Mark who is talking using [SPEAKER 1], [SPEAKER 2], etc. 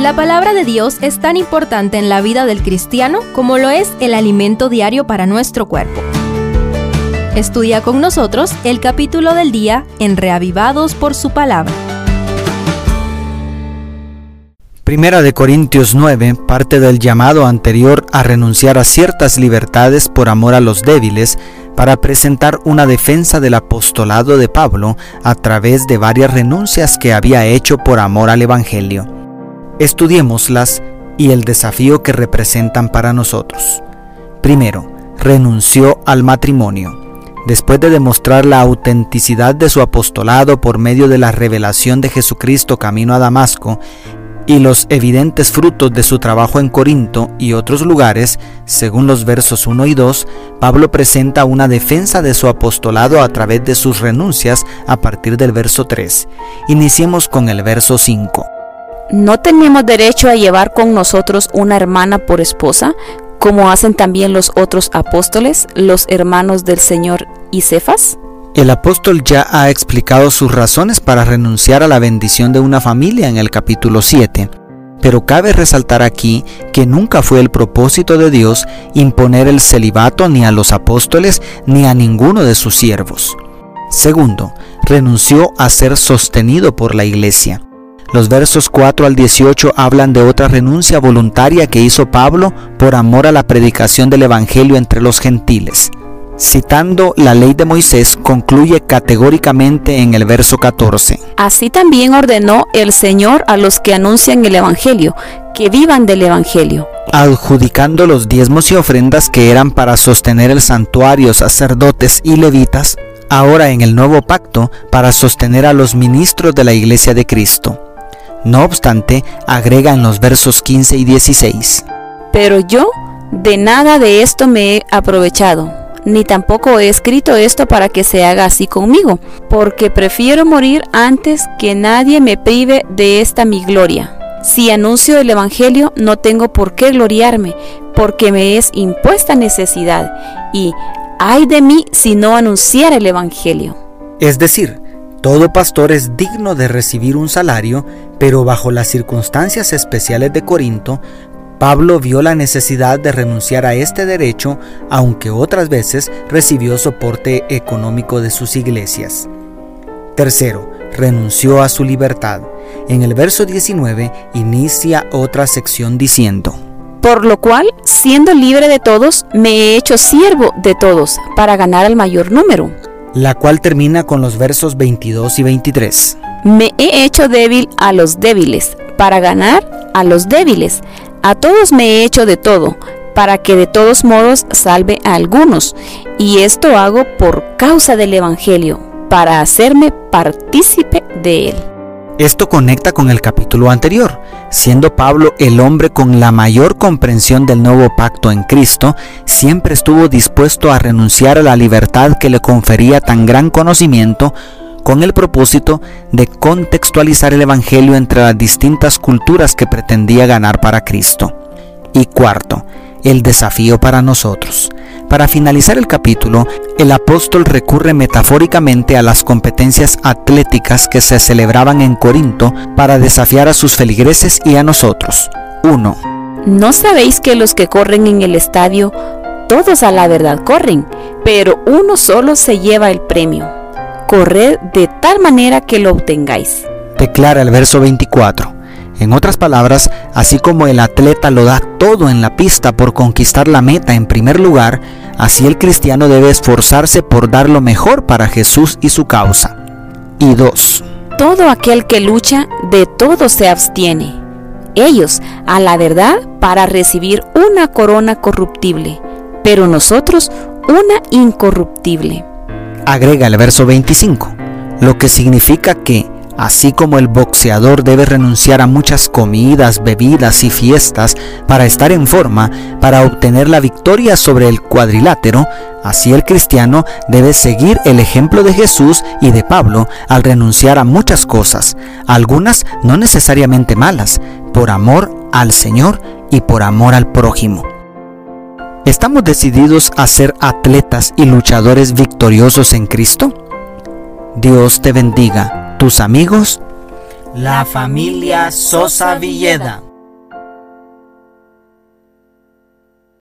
[SPEAKER 1] La palabra de Dios es tan importante en la vida del cristiano como lo es el alimento diario para nuestro cuerpo. Estudia con nosotros el capítulo del día en Reavivados por su palabra.
[SPEAKER 2] Primera de Corintios 9 parte del llamado anterior a renunciar a ciertas libertades por amor a los débiles para presentar una defensa del apostolado de Pablo a través de varias renuncias que había hecho por amor al Evangelio. Estudiémoslas y el desafío que representan para nosotros. Primero, renunció al matrimonio. Después de demostrar la autenticidad de su apostolado por medio de la revelación de Jesucristo camino a Damasco y los evidentes frutos de su trabajo en Corinto y otros lugares, según los versos 1 y 2, Pablo presenta una defensa de su apostolado a través de sus renuncias a partir del verso 3. Iniciemos con el verso 5.
[SPEAKER 3] ¿No tenemos derecho a llevar con nosotros una hermana por esposa, como hacen también los otros apóstoles, los hermanos del Señor y Cefas?
[SPEAKER 2] El apóstol ya ha explicado sus razones para renunciar a la bendición de una familia en el capítulo 7, pero cabe resaltar aquí que nunca fue el propósito de Dios imponer el celibato ni a los apóstoles ni a ninguno de sus siervos. Segundo, renunció a ser sostenido por la iglesia. Los versos 4 al 18 hablan de otra renuncia voluntaria que hizo Pablo por amor a la predicación del Evangelio entre los gentiles. Citando la ley de Moisés, concluye categóricamente en el verso 14.
[SPEAKER 3] Así también ordenó el Señor a los que anuncian el Evangelio, que vivan del Evangelio.
[SPEAKER 2] Adjudicando los diezmos y ofrendas que eran para sostener el santuario, sacerdotes y levitas, ahora en el nuevo pacto para sostener a los ministros de la iglesia de Cristo. No obstante, agrega en los versos 15 y 16.
[SPEAKER 3] Pero yo de nada de esto me he aprovechado, ni tampoco he escrito esto para que se haga así conmigo, porque prefiero morir antes que nadie me prive de esta mi gloria. Si anuncio el Evangelio, no tengo por qué gloriarme, porque me es impuesta necesidad, y ay de mí si no anunciara el Evangelio.
[SPEAKER 2] Es decir, todo pastor es digno de recibir un salario, pero bajo las circunstancias especiales de Corinto, Pablo vio la necesidad de renunciar a este derecho, aunque otras veces recibió soporte económico de sus iglesias. Tercero, renunció a su libertad. En el verso 19 inicia otra sección diciendo:
[SPEAKER 3] Por lo cual, siendo libre de todos, me he hecho siervo de todos, para ganar al mayor número.
[SPEAKER 2] La cual termina con los versos 22 y 23.
[SPEAKER 3] Me he hecho débil a los débiles, para ganar a los débiles. A todos me he hecho de todo, para que de todos modos salve a algunos. Y esto hago por causa del Evangelio, para hacerme partícipe de él.
[SPEAKER 2] Esto conecta con el capítulo anterior. Siendo Pablo el hombre con la mayor comprensión del nuevo pacto en Cristo, siempre estuvo dispuesto a renunciar a la libertad que le confería tan gran conocimiento, con el propósito de contextualizar el Evangelio entre las distintas culturas que pretendía ganar para Cristo. Y cuarto, el desafío para nosotros. Para finalizar el capítulo, el apóstol recurre metafóricamente a las competencias atléticas que se celebraban en Corinto para desafiar a sus feligreses y a nosotros. 1.
[SPEAKER 3] ¿No sabéis que los que corren en el estadio, todos a la verdad corren, pero uno solo se lleva el premio? Corred de tal manera que lo obtengáis.
[SPEAKER 2] Declara el verso 24. En otras palabras, así como el atleta lo da todo en la pista por conquistar la meta en primer lugar, así el cristiano debe esforzarse por dar lo mejor para Jesús y su causa. Y 2.
[SPEAKER 3] Todo aquel que lucha, de todo se abstiene. Ellos, a la verdad, para recibir una corona corruptible, pero nosotros una incorruptible.
[SPEAKER 2] Agrega el verso 25, lo que significa que, así como el boxeador debe renunciar a muchas comidas, bebidas y fiestas para estar en forma, para obtener la victoria sobre el cuadrilátero, así el cristiano debe seguir el ejemplo de Jesús y de Pablo al renunciar a muchas cosas, algunas no necesariamente malas, por amor al Señor y por amor al prójimo. ¿Estamos decididos a ser atletas y luchadores victoriosos en Cristo? Dios te bendiga. Tus amigos,
[SPEAKER 4] la familia Sosa Villeda.